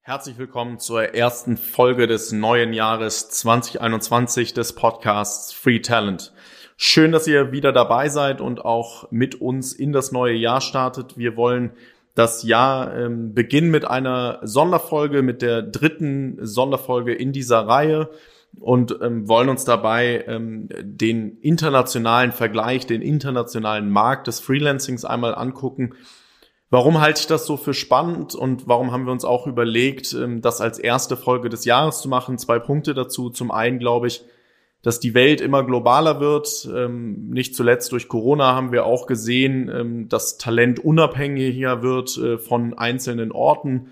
Herzlich willkommen zur ersten Folge des neuen Jahres 2021 des Podcasts Free Talent. Schön, dass ihr wieder dabei seid und auch mit uns in das neue Jahr startet. Wir wollen das Jahr beginnen mit einer Sonderfolge, mit der dritten Sonderfolge in dieser Reihe und wollen uns dabei den internationalen Vergleich, den internationalen Markt des Freelancings einmal angucken. Warum halte ich das so für spannend und warum haben wir uns auch überlegt, das als erste Folge des Jahres zu machen? 2 Punkte dazu. Zum einen glaube ich, dass die Welt immer globaler wird. Nicht zuletzt durch Corona haben wir auch gesehen, dass Talent unabhängiger wird von einzelnen Orten.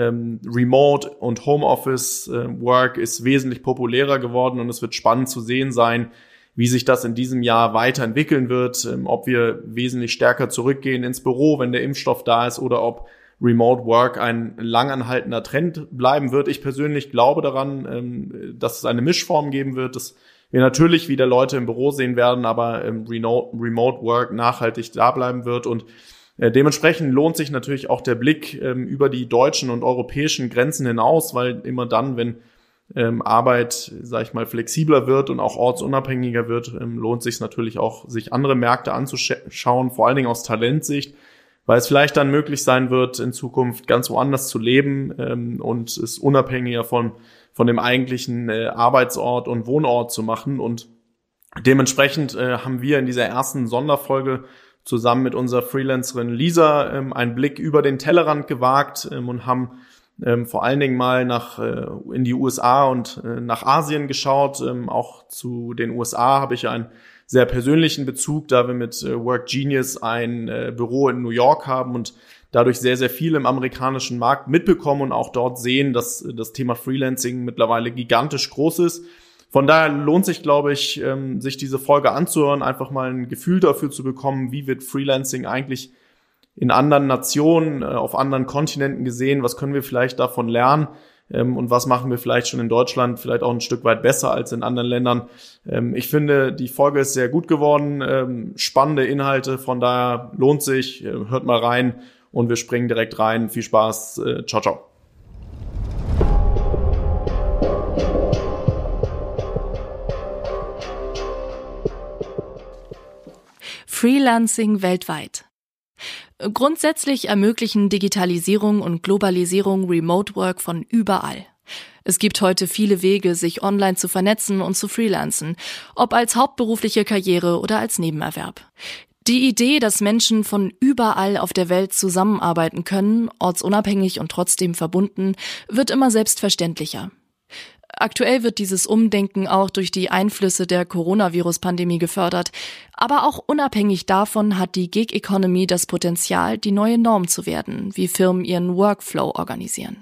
Remote und Homeoffice Work ist wesentlich populärer geworden und es wird spannend zu sehen sein, wie sich das in diesem Jahr weiterentwickeln wird, ob wir wesentlich stärker zurückgehen ins Büro, wenn der Impfstoff da ist, oder ob Remote Work ein langanhaltender Trend bleiben wird. Ich persönlich glaube daran, dass es eine Mischform geben wird, dass wir natürlich wieder Leute im Büro sehen werden, aber Remote Work nachhaltig da bleiben wird und dementsprechend lohnt sich natürlich auch der Blick über die deutschen und europäischen Grenzen hinaus, weil immer dann, wenn Arbeit, sag ich mal, flexibler wird und auch ortsunabhängiger wird, lohnt sich natürlich auch, sich andere Märkte anzuschauen, vor allen Dingen aus Talentsicht, weil es vielleicht dann möglich sein wird, in Zukunft ganz woanders zu leben und es unabhängiger von dem eigentlichen Arbeitsort und Wohnort zu machen. Und dementsprechend haben wir in dieser ersten Sonderfolge zusammen mit unserer Freelancerin Lisa einen Blick über den Tellerrand gewagt und haben vor allen Dingen mal in die USA und nach Asien geschaut. Auch zu den USA habe ich einen sehr persönlichen Bezug, da wir mit Work Genius ein Büro in New York haben und dadurch sehr, sehr viel im amerikanischen Markt mitbekommen und auch dort sehen, dass das Thema Freelancing mittlerweile gigantisch groß ist. Von daher lohnt sich, glaube ich, sich diese Folge anzuhören, einfach mal ein Gefühl dafür zu bekommen, wie wird Freelancing eigentlich in anderen Nationen, auf anderen Kontinenten gesehen, was können wir vielleicht davon lernen und was machen wir vielleicht schon in Deutschland vielleicht auch ein Stück weit besser als in anderen Ländern. Ich finde, die Folge ist sehr gut geworden, spannende Inhalte, von daher lohnt sich, hört mal rein und wir springen direkt rein. Viel Spaß, ciao, ciao. Freelancing weltweit. Grundsätzlich ermöglichen Digitalisierung und Globalisierung Remote Work von überall. Es gibt heute viele Wege, sich online zu vernetzen und zu freelancen, ob als hauptberufliche Karriere oder als Nebenerwerb. Die Idee, dass Menschen von überall auf der Welt zusammenarbeiten können, ortsunabhängig und trotzdem verbunden, wird immer selbstverständlicher. Aktuell wird dieses Umdenken auch durch die Einflüsse der Coronavirus-Pandemie gefördert. Aber auch unabhängig davon hat die Gig-Economy das Potenzial, die neue Norm zu werden, wie Firmen ihren Workflow organisieren.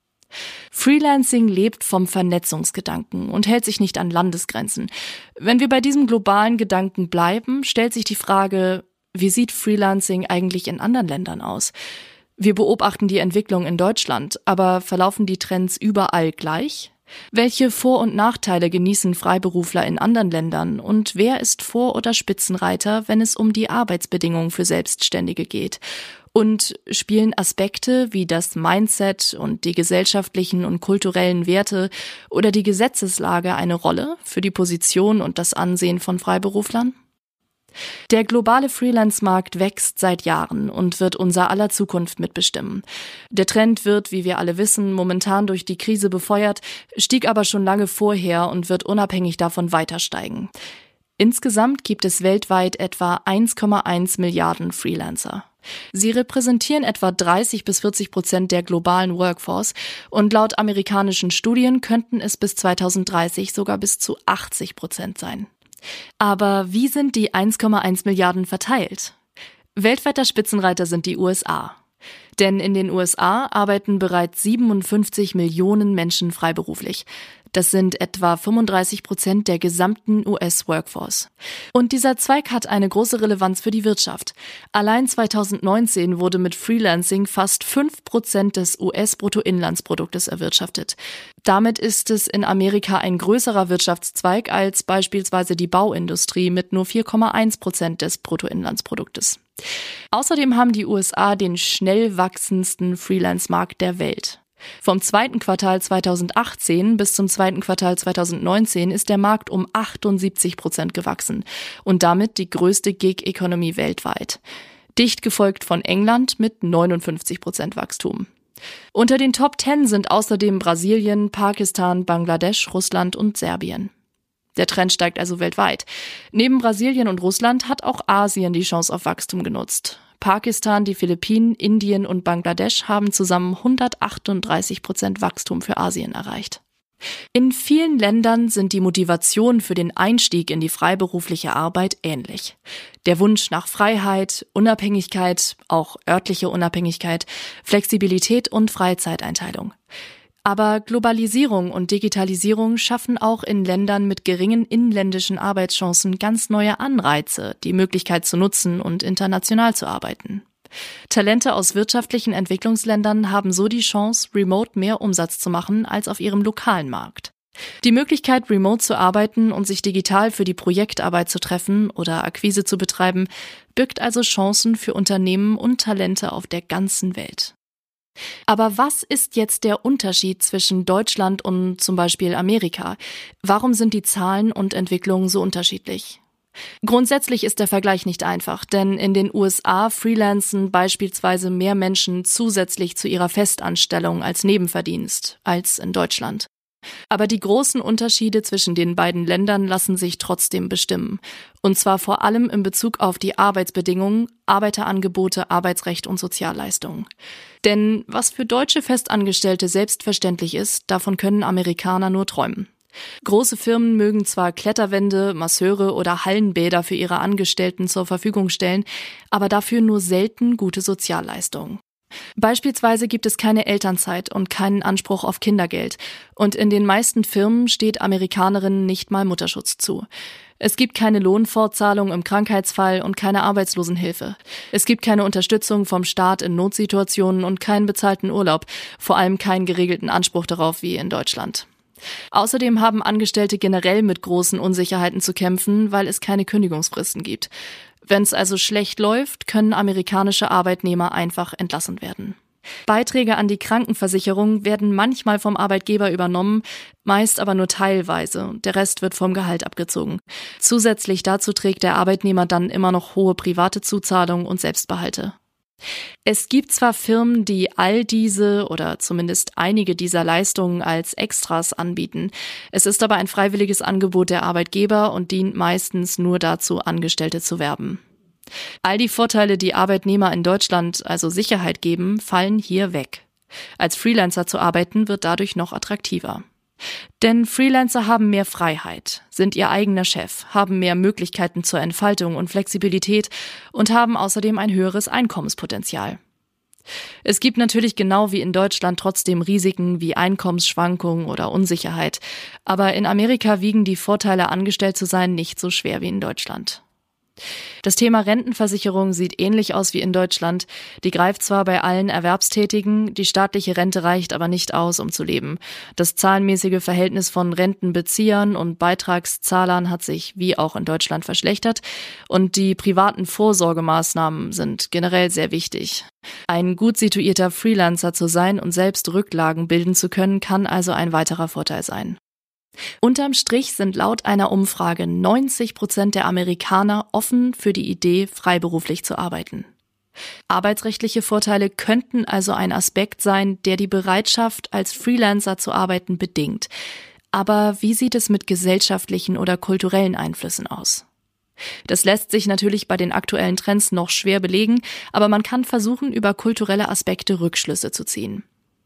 Freelancing lebt vom Vernetzungsgedanken und hält sich nicht an Landesgrenzen. Wenn wir bei diesem globalen Gedanken bleiben, stellt sich die Frage, wie sieht Freelancing eigentlich in anderen Ländern aus? Wir beobachten die Entwicklung in Deutschland, aber verlaufen die Trends überall gleich? Welche Vor- und Nachteile genießen Freiberufler in anderen Ländern und wer ist Vor- oder Spitzenreiter, wenn es um die Arbeitsbedingungen für Selbstständige geht? Und spielen Aspekte wie das Mindset und die gesellschaftlichen und kulturellen Werte oder die Gesetzeslage eine Rolle für die Position und das Ansehen von Freiberuflern? Der globale Freelance-Markt wächst seit Jahren und wird unser aller Zukunft mitbestimmen. Der Trend wird, wie wir alle wissen, momentan durch die Krise befeuert, stieg aber schon lange vorher und wird unabhängig davon weiter steigen. Insgesamt gibt es weltweit etwa 1,1 Milliarden Freelancer. Sie repräsentieren etwa 30-40% der globalen Workforce und laut amerikanischen Studien könnten es bis 2030 sogar bis zu 80% sein. Aber wie sind die 1,1 Milliarden verteilt? Weltweiter Spitzenreiter sind die USA. Denn in den USA arbeiten bereits 57 Millionen Menschen freiberuflich. Das sind etwa 35% der gesamten US-Workforce. Und dieser Zweig hat eine große Relevanz für die Wirtschaft. Allein 2019 wurde mit Freelancing fast 5% des US-Bruttoinlandsproduktes erwirtschaftet. Damit ist es in Amerika ein größerer Wirtschaftszweig als beispielsweise die Bauindustrie mit nur 4,1% des Bruttoinlandsproduktes. Außerdem haben die USA den schnell wachsendsten Freelance-Markt der Welt. Vom zweiten Quartal 2018 bis zum zweiten Quartal 2019 ist der Markt um 78% gewachsen und damit die größte Gig-Economy weltweit. Dicht gefolgt von England mit 59% Wachstum. Unter den Top 10 sind außerdem Brasilien, Pakistan, Bangladesch, Russland und Serbien. Der Trend steigt also weltweit. Neben Brasilien und Russland hat auch Asien die Chance auf Wachstum genutzt. Pakistan, die Philippinen, Indien und Bangladesch haben zusammen 138% Wachstum für Asien erreicht. In vielen Ländern sind die Motivationen für den Einstieg in die freiberufliche Arbeit ähnlich. Der Wunsch nach Freiheit, Unabhängigkeit, auch örtliche Unabhängigkeit, Flexibilität und Freizeiteinteilung. Aber Globalisierung und Digitalisierung schaffen auch in Ländern mit geringen inländischen Arbeitschancen ganz neue Anreize, die Möglichkeit zu nutzen und international zu arbeiten. Talente aus wirtschaftlichen Entwicklungsländern haben so die Chance, remote mehr Umsatz zu machen als auf ihrem lokalen Markt. Die Möglichkeit, remote zu arbeiten und sich digital für die Projektarbeit zu treffen oder Akquise zu betreiben, birgt also Chancen für Unternehmen und Talente auf der ganzen Welt. Aber was ist jetzt der Unterschied zwischen Deutschland und zum Beispiel Amerika? Warum sind die Zahlen und Entwicklungen so unterschiedlich? Grundsätzlich ist der Vergleich nicht einfach, denn in den USA freelancen beispielsweise mehr Menschen zusätzlich zu ihrer Festanstellung als Nebenverdienst als in Deutschland. Aber die großen Unterschiede zwischen den beiden Ländern lassen sich trotzdem bestimmen. Und zwar vor allem in Bezug auf die Arbeitsbedingungen, Arbeiterangebote, Arbeitsrecht und Sozialleistungen. Denn was für deutsche Festangestellte selbstverständlich ist, davon können Amerikaner nur träumen. Große Firmen mögen zwar Kletterwände, Masseure oder Hallenbäder für ihre Angestellten zur Verfügung stellen, aber dafür nur selten gute Sozialleistungen. Beispielsweise gibt es keine Elternzeit und keinen Anspruch auf Kindergeld. Und in den meisten Firmen steht Amerikanerinnen nicht mal Mutterschutz zu. Es gibt keine Lohnfortzahlung im Krankheitsfall und keine Arbeitslosenhilfe. Es gibt keine Unterstützung vom Staat in Notsituationen und keinen bezahlten Urlaub, vor allem keinen geregelten Anspruch darauf wie in Deutschland. Außerdem haben Angestellte generell mit großen Unsicherheiten zu kämpfen, weil es keine Kündigungsfristen gibt. Wenn es also schlecht läuft, können amerikanische Arbeitnehmer einfach entlassen werden. Beiträge an die Krankenversicherung werden manchmal vom Arbeitgeber übernommen, meist aber nur teilweise. Der Rest wird vom Gehalt abgezogen. Zusätzlich dazu trägt der Arbeitnehmer dann immer noch hohe private Zuzahlungen und Selbstbehalte. Es gibt zwar Firmen, die all diese oder zumindest einige dieser Leistungen als Extras anbieten. Es ist aber ein freiwilliges Angebot der Arbeitgeber und dient meistens nur dazu, Angestellte zu werben. All die Vorteile, die Arbeitnehmer in Deutschland also Sicherheit geben, fallen hier weg. Als Freelancer zu arbeiten, wird dadurch noch attraktiver. Denn Freelancer haben mehr Freiheit, sind ihr eigener Chef, haben mehr Möglichkeiten zur Entfaltung und Flexibilität und haben außerdem ein höheres Einkommenspotenzial. Es gibt natürlich genau wie in Deutschland trotzdem Risiken wie Einkommensschwankungen oder Unsicherheit, aber in Amerika wiegen die Vorteile, angestellt zu sein, nicht so schwer wie in Deutschland. Das Thema Rentenversicherung sieht ähnlich aus wie in Deutschland. Die greift zwar bei allen Erwerbstätigen, die staatliche Rente reicht aber nicht aus, um zu leben. Das zahlenmäßige Verhältnis von Rentenbeziehern und Beitragszahlern hat sich wie auch in Deutschland verschlechtert und die privaten Vorsorgemaßnahmen sind generell sehr wichtig. Ein gut situierter Freelancer zu sein und selbst Rücklagen bilden zu können, kann also ein weiterer Vorteil sein. Unterm Strich sind laut einer Umfrage 90% der Amerikaner offen für die Idee, freiberuflich zu arbeiten. Arbeitsrechtliche Vorteile könnten also ein Aspekt sein, der die Bereitschaft, als Freelancer zu arbeiten, bedingt. Aber wie sieht es mit gesellschaftlichen oder kulturellen Einflüssen aus? Das lässt sich natürlich bei den aktuellen Trends noch schwer belegen, aber man kann versuchen, über kulturelle Aspekte Rückschlüsse zu ziehen.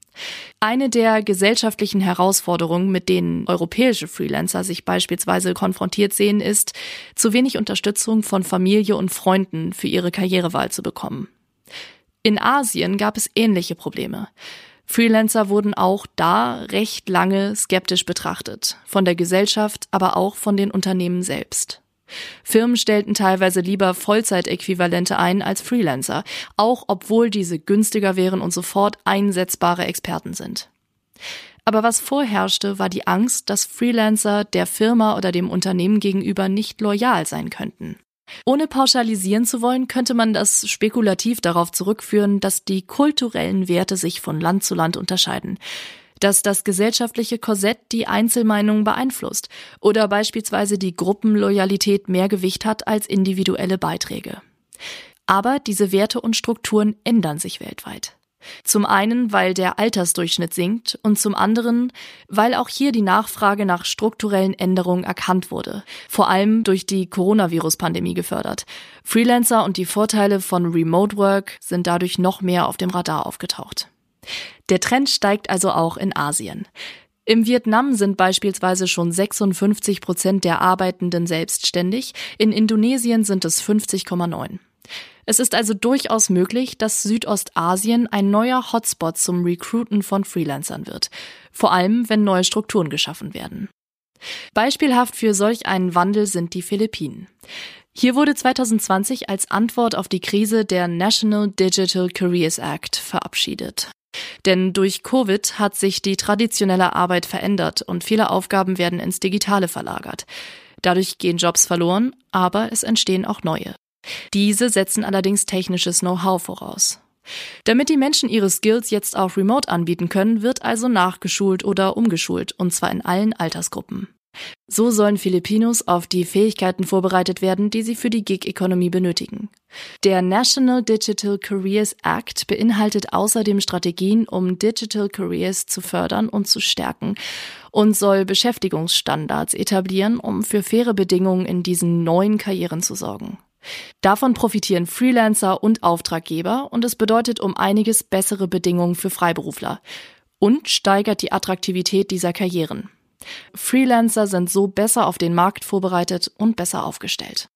Eine der gesellschaftlichen Herausforderungen, mit denen europäische Freelancer sich beispielsweise konfrontiert sehen, ist, zu wenig Unterstützung von Familie und Freunden für ihre Karrierewahl zu bekommen. In Asien gab es ähnliche Probleme. Freelancer wurden auch da recht lange skeptisch betrachtet, von der Gesellschaft, aber auch von den Unternehmen selbst. Firmen stellten teilweise lieber Vollzeitäquivalente ein als Freelancer, auch obwohl diese günstiger wären und sofort einsetzbare Experten sind. Aber was vorherrschte, war die Angst, dass Freelancer der Firma oder dem Unternehmen gegenüber nicht loyal sein könnten. Ohne pauschalisieren zu wollen, könnte man das spekulativ darauf zurückführen, dass die kulturellen Werte sich von Land zu Land unterscheiden, dass das gesellschaftliche Korsett die Einzelmeinung beeinflusst oder beispielsweise die Gruppenloyalität mehr Gewicht hat als individuelle Beiträge. Aber diese Werte und Strukturen ändern sich weltweit. Zum einen, weil der Altersdurchschnitt sinkt und zum anderen, weil auch hier die Nachfrage nach strukturellen Änderungen erkannt wurde, vor allem durch die Coronavirus-Pandemie gefördert. Freelancer und die Vorteile von Remote Work sind dadurch noch mehr auf dem Radar aufgetaucht. Der Trend steigt also auch in Asien. Im Vietnam sind beispielsweise schon 56% der Arbeitenden selbstständig, in Indonesien sind es 50,9%. Es ist also durchaus möglich, dass Südostasien ein neuer Hotspot zum Recruiten von Freelancern wird, vor allem wenn neue Strukturen geschaffen werden. Beispielhaft für solch einen Wandel sind die Philippinen. Hier wurde 2020 als Antwort auf die Krise der National Digital Careers Act verabschiedet. Denn durch Covid hat sich die traditionelle Arbeit verändert und viele Aufgaben werden ins Digitale verlagert. Dadurch gehen Jobs verloren, aber es entstehen auch neue. Diese setzen allerdings technisches Know-how voraus. Damit die Menschen ihre Skills jetzt auch remote anbieten können, wird also nachgeschult oder umgeschult, und zwar in allen Altersgruppen. So sollen Filipinos auf die Fähigkeiten vorbereitet werden, die sie für die Gig-Economy benötigen. Der National Digital Careers Act beinhaltet außerdem Strategien, um Digital Careers zu fördern und zu stärken und soll Beschäftigungsstandards etablieren, um für faire Bedingungen in diesen neuen Karrieren zu sorgen. Davon profitieren Freelancer und Auftraggeber und es bedeutet um einiges bessere Bedingungen für Freiberufler und steigert die Attraktivität dieser Karrieren. Freelancer sind so besser auf den Markt vorbereitet und besser aufgestellt.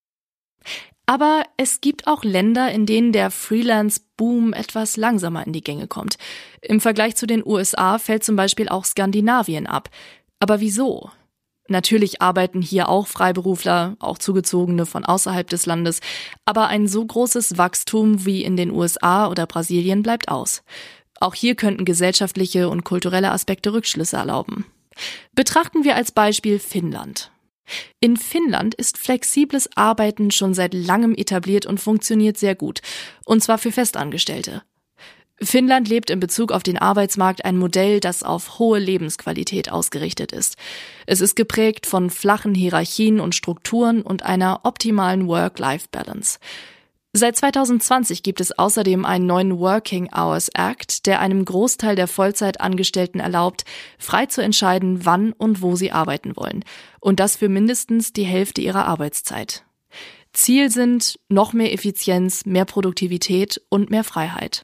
Aber es gibt auch Länder, in denen der Freelance-Boom etwas langsamer in die Gänge kommt. Im Vergleich zu den USA fällt zum Beispiel auch Skandinavien ab. Aber wieso? Natürlich arbeiten hier auch Freiberufler, auch Zugezogene von außerhalb des Landes, aber ein so großes Wachstum wie in den USA oder Brasilien bleibt aus. Auch hier könnten gesellschaftliche und kulturelle Aspekte Rückschlüsse erlauben. Betrachten wir als Beispiel Finnland. In Finnland ist flexibles Arbeiten schon seit langem etabliert und funktioniert sehr gut, und zwar für Festangestellte. Finnland lebt in Bezug auf den Arbeitsmarkt ein Modell, das auf hohe Lebensqualität ausgerichtet ist. Es ist geprägt von flachen Hierarchien und Strukturen und einer optimalen Work-Life-Balance. Seit 2020 gibt es außerdem einen neuen Working Hours Act, der einem Großteil der Vollzeitangestellten erlaubt, frei zu entscheiden, wann und wo sie arbeiten wollen. Und das für mindestens die Hälfte ihrer Arbeitszeit. Ziel sind noch mehr Effizienz, mehr Produktivität und mehr Freiheit.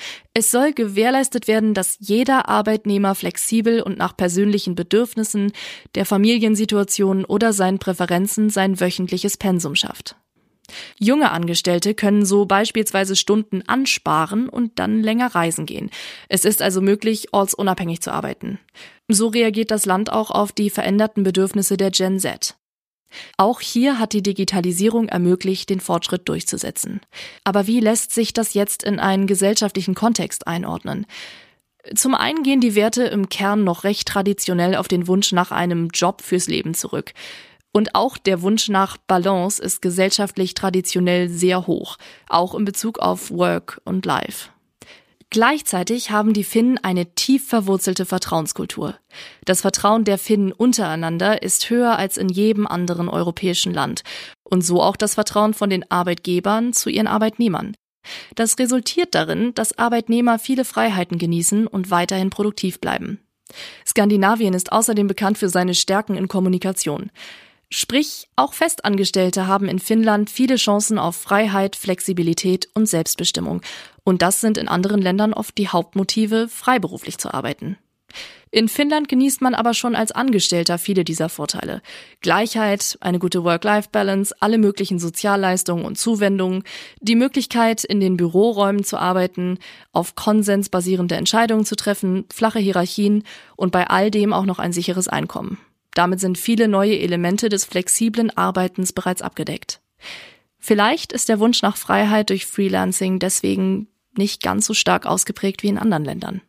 Es soll gewährleistet werden, dass jeder Arbeitnehmer flexibel und nach persönlichen Bedürfnissen, der Familiensituation oder seinen Präferenzen sein wöchentliches Pensum schafft. Junge Angestellte können so beispielsweise Stunden ansparen und dann länger reisen gehen. Es ist also möglich, ortsunabhängig zu arbeiten. So reagiert das Land auch auf die veränderten Bedürfnisse der Gen Z. Auch hier hat die Digitalisierung ermöglicht, den Fortschritt durchzusetzen. Aber wie lässt sich das jetzt in einen gesellschaftlichen Kontext einordnen? Zum einen gehen die Werte im Kern noch recht traditionell auf den Wunsch nach einem Job fürs Leben zurück. Und auch der Wunsch nach Balance ist gesellschaftlich traditionell sehr hoch, auch in Bezug auf Work und Life. Gleichzeitig haben die Finnen eine tief verwurzelte Vertrauenskultur. Das Vertrauen der Finnen untereinander ist höher als in jedem anderen europäischen Land. Und so auch das Vertrauen von den Arbeitgebern zu ihren Arbeitnehmern. Das resultiert darin, dass Arbeitnehmer viele Freiheiten genießen und weiterhin produktiv bleiben. Skandinavien ist außerdem bekannt für seine Stärken in Kommunikation. Sprich, auch Festangestellte haben in Finnland viele Chancen auf Freiheit, Flexibilität und Selbstbestimmung. Und das sind in anderen Ländern oft die Hauptmotive, freiberuflich zu arbeiten. In Finnland genießt man aber schon als Angestellter viele dieser Vorteile. Gleichheit, eine gute Work-Life-Balance, alle möglichen Sozialleistungen und Zuwendungen, die Möglichkeit, in den Büroräumen zu arbeiten, auf Konsens basierende Entscheidungen zu treffen, flache Hierarchien und bei all dem auch noch ein sicheres Einkommen. Damit sind viele neue Elemente des flexiblen Arbeitens bereits abgedeckt. Vielleicht ist der Wunsch nach Freiheit durch Freelancing deswegen nicht ganz so stark ausgeprägt wie in anderen Ländern.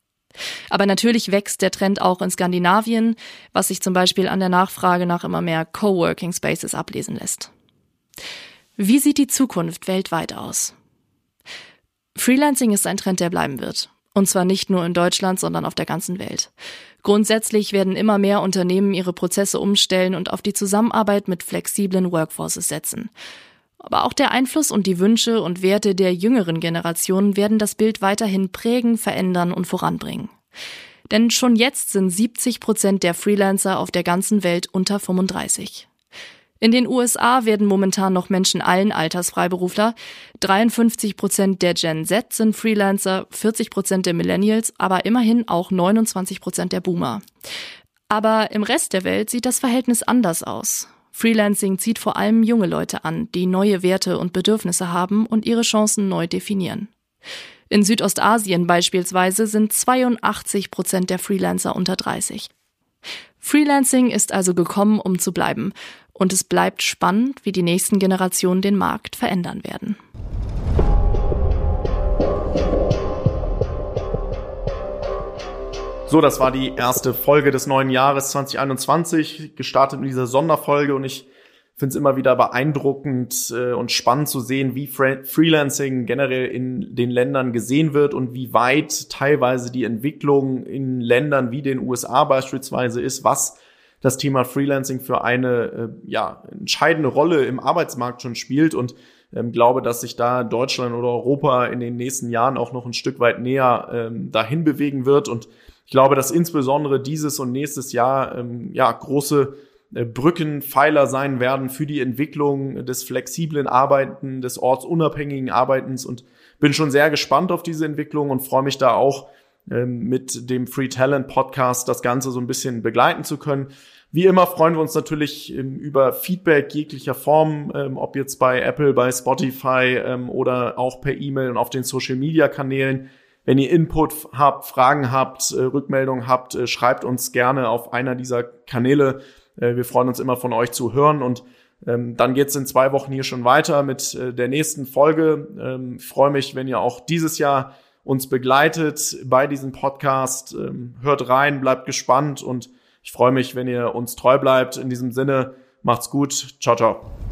Aber natürlich wächst der Trend auch in Skandinavien, was sich zum Beispiel an der Nachfrage nach immer mehr Coworking Spaces ablesen lässt. Wie sieht die Zukunft weltweit aus? Freelancing ist ein Trend, der bleiben wird. Und zwar nicht nur in Deutschland, sondern auf der ganzen Welt. Grundsätzlich werden immer mehr Unternehmen ihre Prozesse umstellen und auf die Zusammenarbeit mit flexiblen Workforces setzen. Aber auch der Einfluss und die Wünsche und Werte der jüngeren Generationen werden das Bild weiterhin prägen, verändern und voranbringen. Denn schon jetzt sind 70% der Freelancer auf der ganzen Welt unter 35. In den USA werden momentan noch Menschen allen Alters Freiberufler. 53% der Gen Z sind Freelancer, 40% der Millennials, aber immerhin auch 29% der Boomer. Aber im Rest der Welt sieht das Verhältnis anders aus. Freelancing zieht vor allem junge Leute an, die neue Werte und Bedürfnisse haben und ihre Chancen neu definieren. In Südostasien beispielsweise sind 82% der Freelancer unter 30. Freelancing ist also gekommen, um zu bleiben. Und es bleibt spannend, wie die nächsten Generationen den Markt verändern werden. So, das war die erste Folge des neuen Jahres 2021, gestartet mit dieser Sonderfolge, und ich finde es immer wieder beeindruckend und spannend zu sehen, wie Freelancing generell in den Ländern gesehen wird und wie weit teilweise die Entwicklung in Ländern wie den USA beispielsweise ist, was das Thema Freelancing für eine entscheidende Rolle im Arbeitsmarkt schon spielt, und glaube, dass sich da Deutschland oder Europa in den nächsten Jahren auch noch ein Stück weit näher dahin bewegen wird. Und ich glaube, dass insbesondere dieses und nächstes Jahr große Brückenpfeiler sein werden für die Entwicklung des flexiblen Arbeiten, des ortsunabhängigen Arbeitens, und bin schon sehr gespannt auf diese Entwicklung und freue mich da auch mit dem Free Talent Podcast das Ganze so ein bisschen begleiten zu können. Wie immer freuen wir uns natürlich über Feedback jeglicher Form, ob jetzt bei Apple, bei Spotify oder auch per E-Mail und auf den Social Media Kanälen. Wenn ihr Input habt, Fragen habt, Rückmeldungen habt, schreibt uns gerne auf einer dieser Kanäle. Wir freuen uns immer, von euch zu hören, und dann geht's in 2 Wochen hier schon weiter mit der nächsten Folge. Ich freue mich, wenn ihr auch dieses Jahr uns begleitet bei diesem Podcast. Hört rein, bleibt gespannt, und ich freue mich, wenn ihr uns treu bleibt. In diesem Sinne, macht's gut. Ciao, ciao.